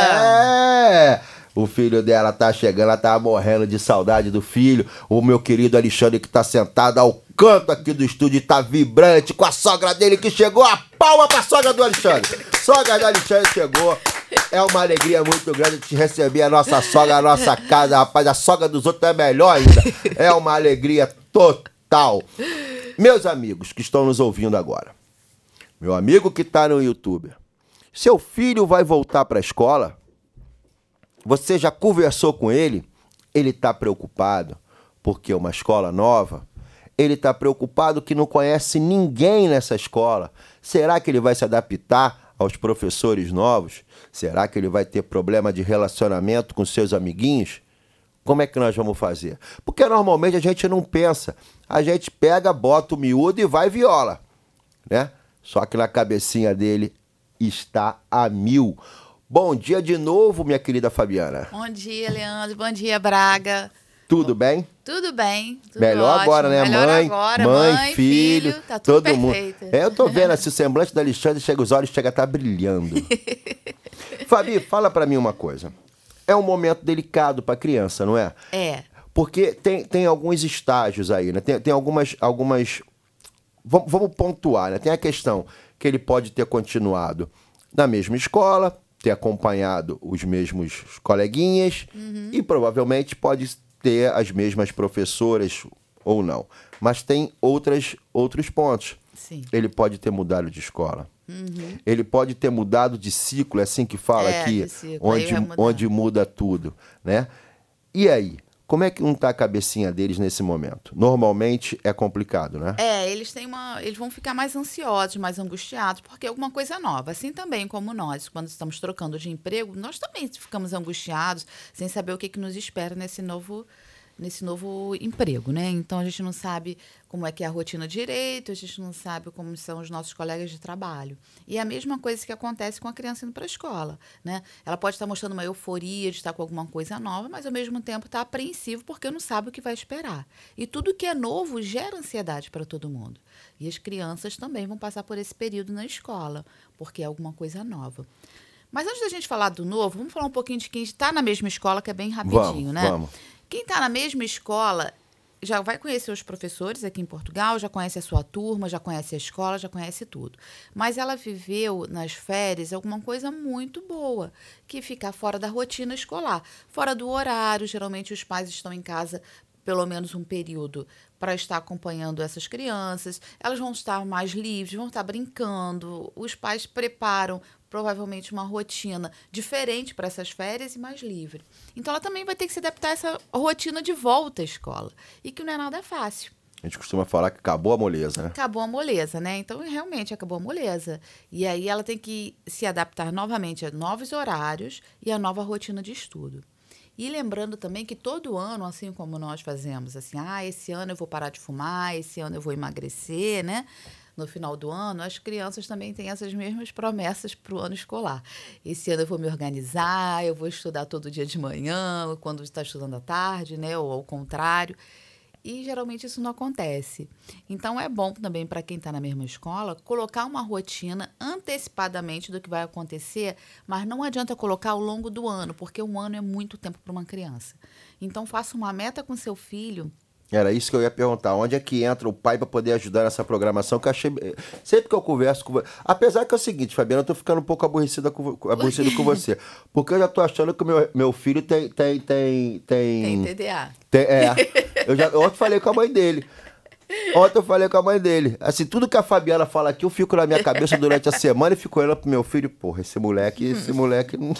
É, o filho dela tá chegando, ela tá morrendo de saudade do filho. O meu querido Alexandre que tá sentado ao canto aqui do estúdio e tá vibrante com a sogra dele que chegou. A palma pra sogra do Alexandre. Sogra do Alexandre chegou. É uma alegria muito grande te receber a nossa sogra, a nossa casa, rapaz. A sogra dos outros é melhor ainda. É uma alegria total. Meus amigos que estão nos ouvindo agora. Meu amigo que tá no YouTube, seu filho vai voltar para a escola? Você já conversou com ele? Ele tá preocupado porque é uma escola nova? Ele tá preocupado que não conhece ninguém nessa escola? Será que ele vai se adaptar aos professores novos? Será que ele vai ter problema de relacionamento com seus amiguinhos? Como é que nós vamos fazer? Porque normalmente a gente não pensa. A gente pega, bota o miúdo e vai viola, né? Só que na cabecinha dele está a mil. Bom dia de novo, minha querida Fabiana. Bom dia, Leandro. Bom dia, Braga. Tudo bem? Tudo bem. Tudo Melhor ótimo. agora, né? Melhor mãe, agora. mãe, Mãe, filho, filho, tá tudo todo mundo. perfeito. É, eu tô vendo assim, o semblante da Alexandre chega, os olhos chega a estar brilhando. Fabi, fala pra mim uma coisa. É um momento delicado pra criança, não é? É. Porque tem, tem alguns estágios aí, né? Tem, tem algumas... algumas... Vamos, vamos pontuar, né? Tem a questão que ele pode ter continuado na mesma escola, ter acompanhado os mesmos coleguinhas Uhum. e provavelmente pode ter as mesmas professoras ou não. Mas tem outras, outros pontos. Sim. Ele pode ter mudado de escola. Uhum. Ele pode ter mudado de ciclo, é assim que fala É, aqui, de ciclo, aí onde, vai mudar. onde muda tudo, né? E aí? Como é que não tá a cabecinha deles nesse momento? Normalmente é complicado, né? É, eles têm uma. Eles vão ficar mais ansiosos, mais angustiados, porque é alguma coisa nova. Assim também como nós, quando estamos trocando de emprego, nós também ficamos angustiados, sem saber o que, que nos espera nesse novo, nesse novo emprego, né? Então a gente não sabe como é que é a rotina direito, a gente não sabe como são os nossos colegas de trabalho. E é a mesma coisa que acontece com a criança indo para a escola, né? Ela pode estar mostrando uma euforia de estar com alguma coisa nova, mas ao mesmo tempo está apreensivo porque não sabe o que vai esperar. E tudo que é novo gera ansiedade para todo mundo. E as crianças também vão passar por esse período na escola, porque é alguma coisa nova. Mas antes da gente falar do novo, vamos falar um pouquinho de quem está na mesma escola, que é bem rapidinho, Vamos, né? vamos. Quem está na mesma escola já vai conhecer os professores aqui em Portugal, já conhece a sua turma, já conhece a escola, já conhece tudo. Mas ela viveu nas férias alguma coisa muito boa, que ficar fora da rotina escolar, fora do horário. Geralmente os pais estão em casa pelo menos um período para estar acompanhando essas crianças, elas vão estar mais livres, vão estar brincando, os pais preparam provavelmente uma rotina diferente para essas férias e mais livre. Então, ela também vai ter que se adaptar a essa rotina de volta à escola, e que não é nada fácil. A gente costuma falar que acabou a moleza, né? Acabou a moleza, né? Então, realmente, acabou a moleza. E aí, ela tem que se adaptar novamente a novos horários e a nova rotina de estudo. E lembrando também que todo ano, assim como nós fazemos, assim, ah, esse ano eu vou parar de fumar, esse ano eu vou emagrecer, né? No final do ano, as crianças também têm essas mesmas promessas para o ano escolar. Esse ano eu vou me organizar, eu vou estudar todo dia de manhã, quando está estudando à tarde, né? Ou ao contrário. E geralmente isso não acontece. Então é bom também para quem está na mesma escola colocar uma rotina antecipadamente do que vai acontecer, mas não adianta colocar ao longo do ano, porque um ano é muito tempo para uma criança. Então faça uma meta com seu filho. Era isso que eu ia perguntar. Onde é que entra o pai para poder ajudar nessa programação? Que eu achei. Sempre que eu converso com você. Apesar que é o seguinte, Fabiana, eu tô ficando um pouco aborrecida com, aborrecido com você. Porque eu já tô achando que o meu, meu filho tem. Tem, tem, tem... Tem T D A. Tem, é. Eu já, ontem falei com a mãe dele. Ontem eu falei com a mãe dele. Assim, tudo que a Fabiana fala aqui, eu fico na minha cabeça durante a semana e fico olhando pro meu filho. Porra, esse moleque, esse moleque. Não...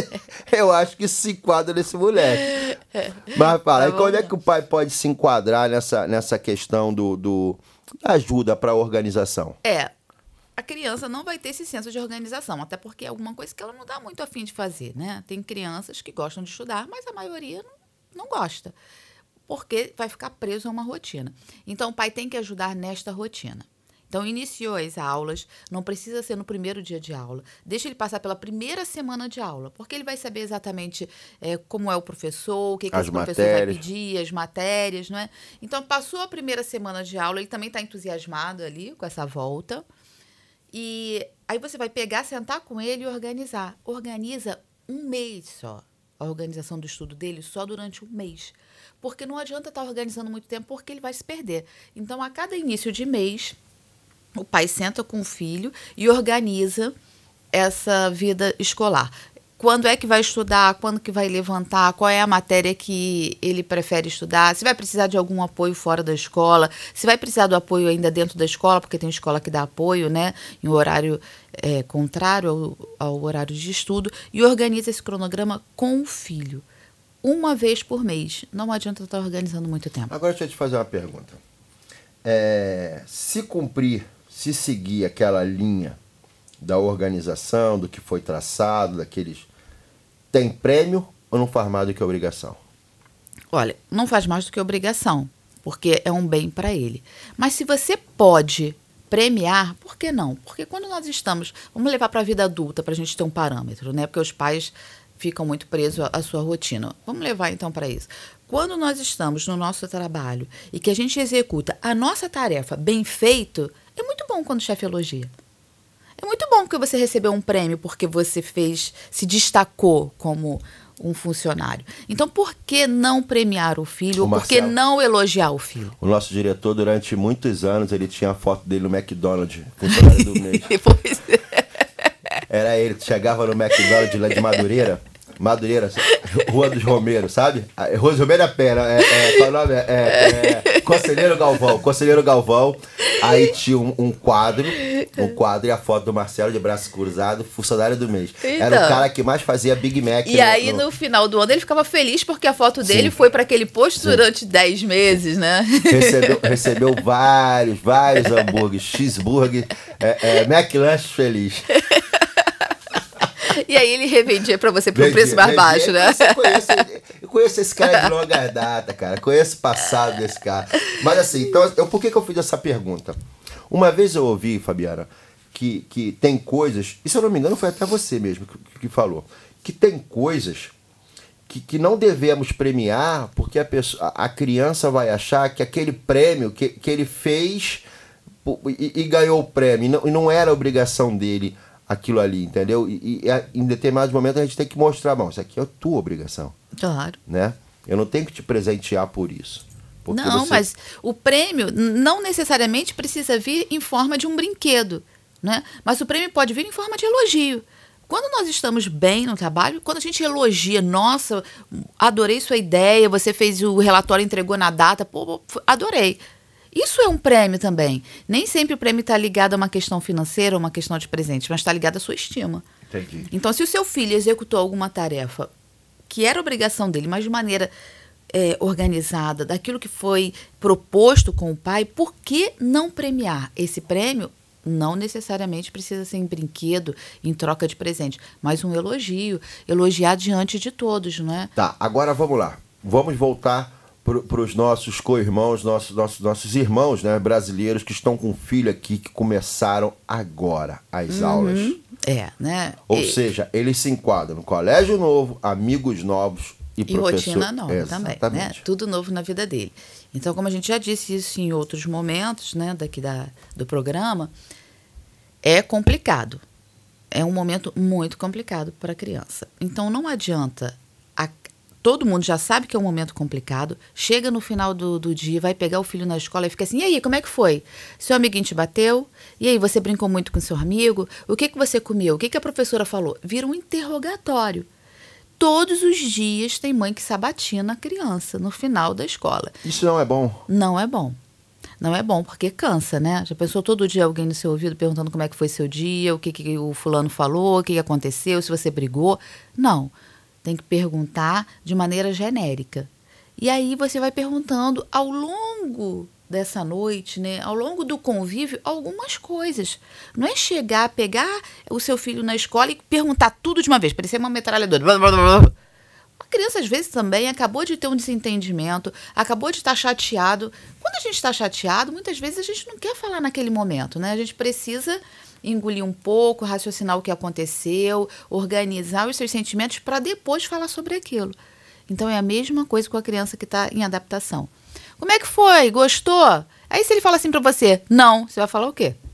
eu acho que se enquadra nesse moleque. Mas fala, e quando é que o pai pode se enquadrar nessa, nessa questão do, do da ajuda para a organização? É. A criança não vai ter esse senso de organização, até porque é alguma coisa que ela não dá muito a fim de fazer, né? Tem crianças que gostam de estudar, mas a maioria não, não gosta. Porque vai ficar preso a uma rotina. Então, o pai tem que ajudar nesta rotina. Então, iniciou as aulas, não precisa ser no primeiro dia de aula. Deixa ele passar pela primeira semana de aula, porque ele vai saber exatamente é, como é o professor, o que, que esse professor vai pedir, as matérias, não é? Então, passou a primeira semana de aula, ele também está entusiasmado ali com essa volta. E aí você vai pegar, sentar com ele e organizar. Organiza um mês só. A organização do estudo dele só durante um mês. Porque não adianta estar organizando muito tempo, porque ele vai se perder. Então, a cada início de mês, o pai senta com o filho e organiza essa vida escolar. Quando é que vai estudar, quando que vai levantar, qual é a matéria que ele prefere estudar, se vai precisar de algum apoio fora da escola, se vai precisar do apoio ainda dentro da escola, porque tem escola que dá apoio, né, em um horário é, contrário ao, ao horário de estudo, e organiza esse cronograma com o filho. Uma vez por mês. Não adianta estar organizando muito tempo. Agora deixa eu te fazer uma pergunta. É, se cumprir, se seguir aquela linha da organização, do que foi traçado, daqueles... Tem prêmio ou não faz mais do que obrigação? Olha, não faz mais do que obrigação, porque é um bem para ele. Mas se você pode premiar, por que não? Porque quando nós estamos... Vamos levar para a vida adulta, para a gente ter um parâmetro, né? Porque os pais ficam muito presos à sua rotina. Vamos levar, então, para isso. Quando nós estamos no nosso trabalho e que a gente executa a nossa tarefa bem feito, é muito bom quando o chefe elogia. É muito bom porque você recebeu um prêmio porque você fez, se destacou como um funcionário. Então, por que não premiar o filho? O ou por que não elogiar o filho? O nosso diretor, durante muitos anos, ele tinha a foto dele no McDonald's, funcionário do mês. Pois é. Era ele, chegava no McDonald's lá de Madureira, Madureira, Rua dos Romeiros, sabe? Rua dos Romeiros é pé, é, é, qual é o nome? É, é, é, Conselheiro Galvão, Conselheiro Galvão. Aí tinha um, um quadro, um quadro e a foto do Marcelo de braço cruzado, funcionário do mês. Então, era o cara que mais fazia Big Mac. E no, aí, no... no final do ano, ele ficava feliz porque a foto dele Sim. foi para aquele posto Sim. durante dez meses, né? Recebeu, recebeu vários, vários hambúrgueres, cheeseburger, é, é, McLanche feliz. E aí ele revendia pra você por um preço mais baixo, né? Eu conheço, eu conheço esse cara de longa data, cara. Conheço o passado desse cara. Mas assim, então, eu, por que, que eu fiz essa pergunta? Uma vez eu ouvi, Fabiana, que, que tem coisas... E se eu não me engano, foi até você mesmo que, que falou. Que tem coisas que, que não devemos premiar porque a, pessoa, a criança vai achar que aquele prêmio que, que ele fez e, e ganhou o prêmio. E não, e não era obrigação dele aquilo ali, entendeu? E, e em determinados momentos a gente tem que mostrar, bom, isso aqui é a tua obrigação. Claro. Né? Eu não tenho que te presentear por isso. Não, você... mas o prêmio não necessariamente precisa vir em forma de um brinquedo, né? Mas o prêmio pode vir em forma de elogio. Quando nós estamos bem no trabalho, quando a gente elogia, nossa, adorei sua ideia, você fez o relatório, entregou na data, pô, adorei. Isso é um prêmio também. Nem sempre o prêmio está ligado a uma questão financeira ou uma questão de presente, mas está ligado à sua estima. Entendi. Então, se o seu filho executou alguma tarefa que era obrigação dele, mas de maneira é, organizada, daquilo que foi proposto com o pai, por que não premiar? Esse prêmio não necessariamente precisa ser em brinquedo, em troca de presente, mas um elogio, elogiar diante de todos, não é? Tá, agora vamos lá. Vamos voltar para os nossos co-irmãos, nossos, nossos, nossos irmãos, né, brasileiros que estão com filho aqui, que começaram agora as Uhum. aulas. É, né? Ou E- seja, eles se enquadram no colégio novo, amigos novos e, E professor... rotina nova também, né? Exatamente. Tudo novo na vida dele. Então, como a gente já disse isso em outros momentos, né, daqui da, do programa, é complicado. É um momento muito complicado para a criança. Então, não adianta... A, todo mundo já sabe que é um momento complicado, chega no final do, do dia, vai pegar o filho na escola e fica assim, e aí, como é que foi? Seu amiguinho te bateu? E aí, você brincou muito com seu amigo? O que, que você comeu? O que, que a professora falou? Vira um interrogatório. Todos os dias tem mãe que sabatina a criança no final da escola. Isso não é bom. Não é bom. Não é bom, porque cansa, né? Já pensou todo dia alguém no seu ouvido perguntando como é que foi seu dia, o que, que o fulano falou, o que, que aconteceu, se você brigou? Não. Tem que perguntar de maneira genérica. E aí você vai perguntando ao longo dessa noite, né? Ao longo do convívio, algumas coisas. Não é chegar, pegar o seu filho na escola e perguntar tudo de uma vez, parecer uma metralhadora. Blá, blá, blá, blá. A criança, às vezes, também acabou de ter um desentendimento, acabou de estar chateado. Quando a gente está chateado, muitas vezes a gente não quer falar naquele momento, né? A gente precisa engolir um pouco, raciocinar o que aconteceu, organizar os seus sentimentos para depois falar sobre aquilo. Então, é a mesma coisa com a criança que está em adaptação. Como é que foi? Gostou? Aí, se ele fala assim para você, não, você vai falar o quê?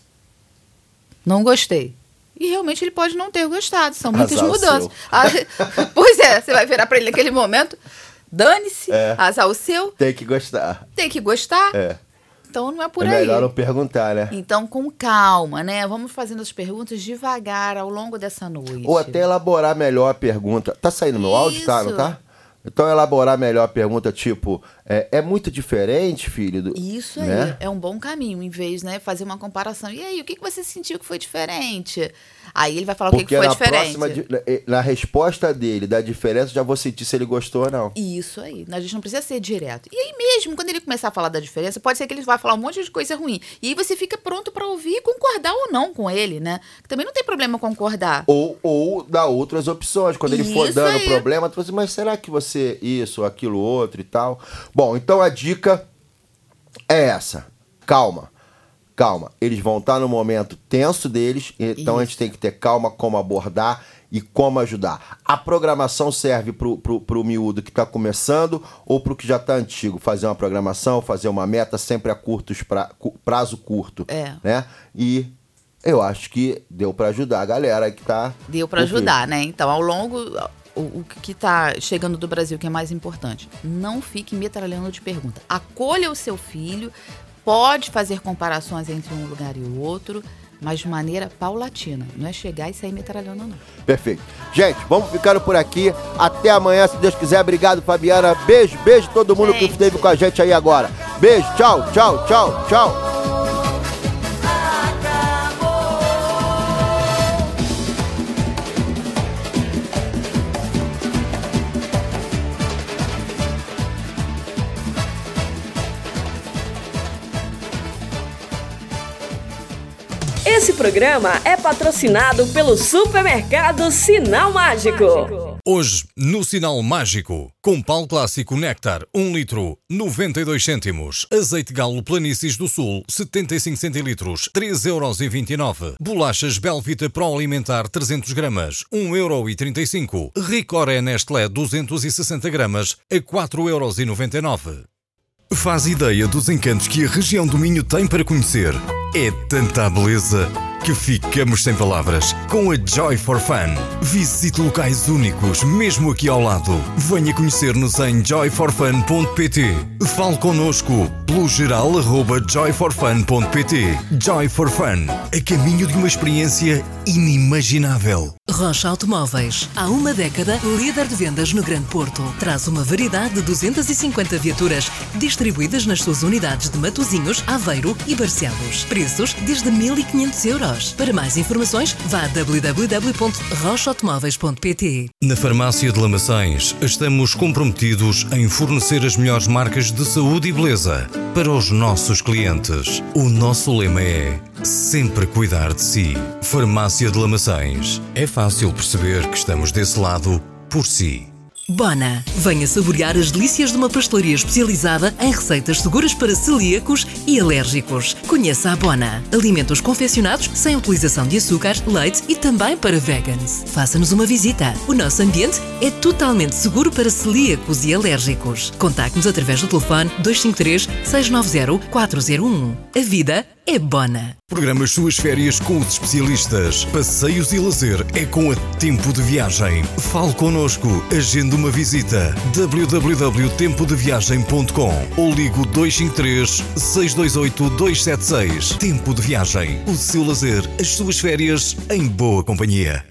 Não gostei. E realmente ele pode não ter gostado, são muitas Azar o mudanças. seu. Ah, pois é, você vai virar para ele naquele momento, dane-se, É. azar o seu, Tem que gostar. tem que gostar, É. então não é por é aí. melhor não perguntar, né? Então, com calma, né? Vamos fazendo as perguntas devagar ao longo dessa noite. Ou até elaborar melhor a pergunta. Tá saindo meu áudio, tá? Não Isso. tá? Então elaborar melhor a pergunta, tipo, é, é muito diferente, filho? Do, Isso aí, né? é um bom caminho, em vez, né, fazer uma comparação. E aí, o que que você sentiu que foi diferente? Aí ele vai falar o que que Porque foi na diferente. próxima, di- na, na resposta dele, da diferença, já vou sentir se ele gostou ou não. Isso aí, a gente não precisa ser direto. E aí mesmo, quando ele começar a falar da diferença, pode ser que ele vai falar um monte de coisa ruim. E aí você fica pronto para ouvir e concordar ou não com ele, né? Também não tem problema concordar. Ou, ou dar outras opções. Quando ele for Isso dando aí. problema, tu fala assim, mas será que você isso, aquilo, outro e tal? Bom, então a dica é essa. Calma. Calma. Eles vão estar no momento tenso deles, então a gente tem que ter calma como abordar e como ajudar. A programação serve pro, pro, pro miúdo que está começando ou pro que já está antigo. Fazer uma programação, fazer uma meta sempre a curtos pra, cu- prazo curto. É. Né? E eu acho que deu para ajudar a galera que tá... Deu para com filho. ajudar, né? Então, ao longo, o, o que está chegando do Brasil, que é mais importante, não fique metralhando de pergunta. Acolha o seu filho, pode fazer comparações entre um lugar e o outro, mas de maneira paulatina. Não é chegar e sair metralhando, não. Perfeito. Gente, vamos ficando por aqui. Até amanhã, se Deus quiser. Obrigado, Fabiana. Beijo, beijo todo mundo que esteve com a gente aí agora. Beijo, tchau, tchau, tchau, tchau. Esse programa é patrocinado pelo supermercado Sinal Mágico. Hoje, no Sinal Mágico, com pau clássico Néctar, um litro, noventa e dois cêntimos. Azeite Galo Planícies do Sul, setenta e cinco centilitros, três euros e vinte e nove. Bolachas Belvita Pro Alimentar, trezentos gramas, um euro e trinta e cinco. Ricoré Nestlé, duzentos e sessenta gramas, a quatro euros e noventa e nove. Faz ideia dos encantos que a região do Minho tem para conhecer. É tanta beleza, que ficamos sem palavras com a Joy for Fun. Visite locais únicos, mesmo aqui ao lado. Venha conhecer-nos em joy for fun ponto pt. Fale connosco pelo geral arroba joy for fun ponto pt. Joy for Fun, a caminho de uma experiência inimaginável. Rocha Automóveis, há uma década líder de vendas no Grande Porto. Traz uma variedade de duzentas e cinquenta viaturas distribuídas nas suas unidades de Matosinhos, Aveiro e Barcelos. Preços desde mil e quinhentos euros. Para mais informações, vá a w w w ponto rocha automóveis ponto pt. Na Farmácia de Lamaçães, estamos comprometidos em fornecer as melhores marcas de saúde e beleza para os nossos clientes. O nosso lema é sempre cuidar de si. Farmácia de Lamaçães. É fácil perceber que estamos desse lado por si. Bona, venha saborear as delícias de uma pastelaria especializada em receitas seguras para celíacos e alérgicos. Conheça a Bona. Alimentos confeccionados sem utilização de açúcar, leite e também para vegans. Faça-nos uma visita. O nosso ambiente é totalmente seguro para celíacos e alérgicos. Contacte-nos através do telefone dois cinco três, seis nove zero, quatro zero um. A vida é Bona. Programa as suas férias com os especialistas. Passeios e lazer é com a Tempo de Viagem. Fale connosco. Agende uma visita. w w w ponto tempo de viagem ponto com ou ligo dois cinco três, seis dois oito, dois sete seis. Tempo de Viagem. O seu lazer, as suas férias em boa companhia.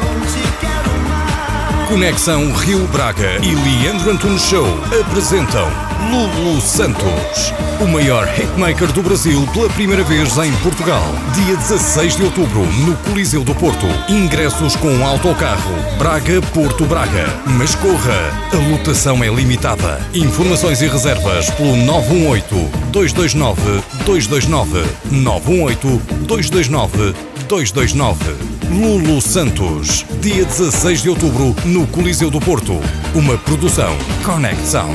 Conexão Rio Braga e Leandro Antunes Show apresentam Lulu Santos, o maior hitmaker do Brasil pela primeira vez em Portugal. Dia dezasseis de outubro, no Coliseu do Porto. Ingressos com autocarro Braga-Porto Braga. Mas corra, a lotação é limitada. Informações e reservas pelo nove um oito, dois dois nove, dois dois nove, nove um oito, dois dois nove, dois dois nove. Lulu Santos, dia dezasseis de outubro, no Coliseu do Porto. Uma produção Connect Sound.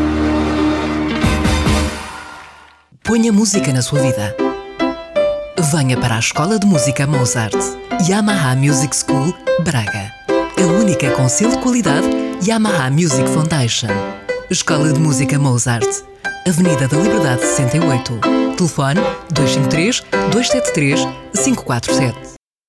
Ponha música na sua vida. Venha para a Escola de Música Mozart. Yamaha Music School, Braga. A única com selo de qualidade Yamaha Music Foundation. Escola de Música Mozart. Avenida da Liberdade sessenta e oito. Telefone dois cinco três, dois sete três, cinco quatro sete.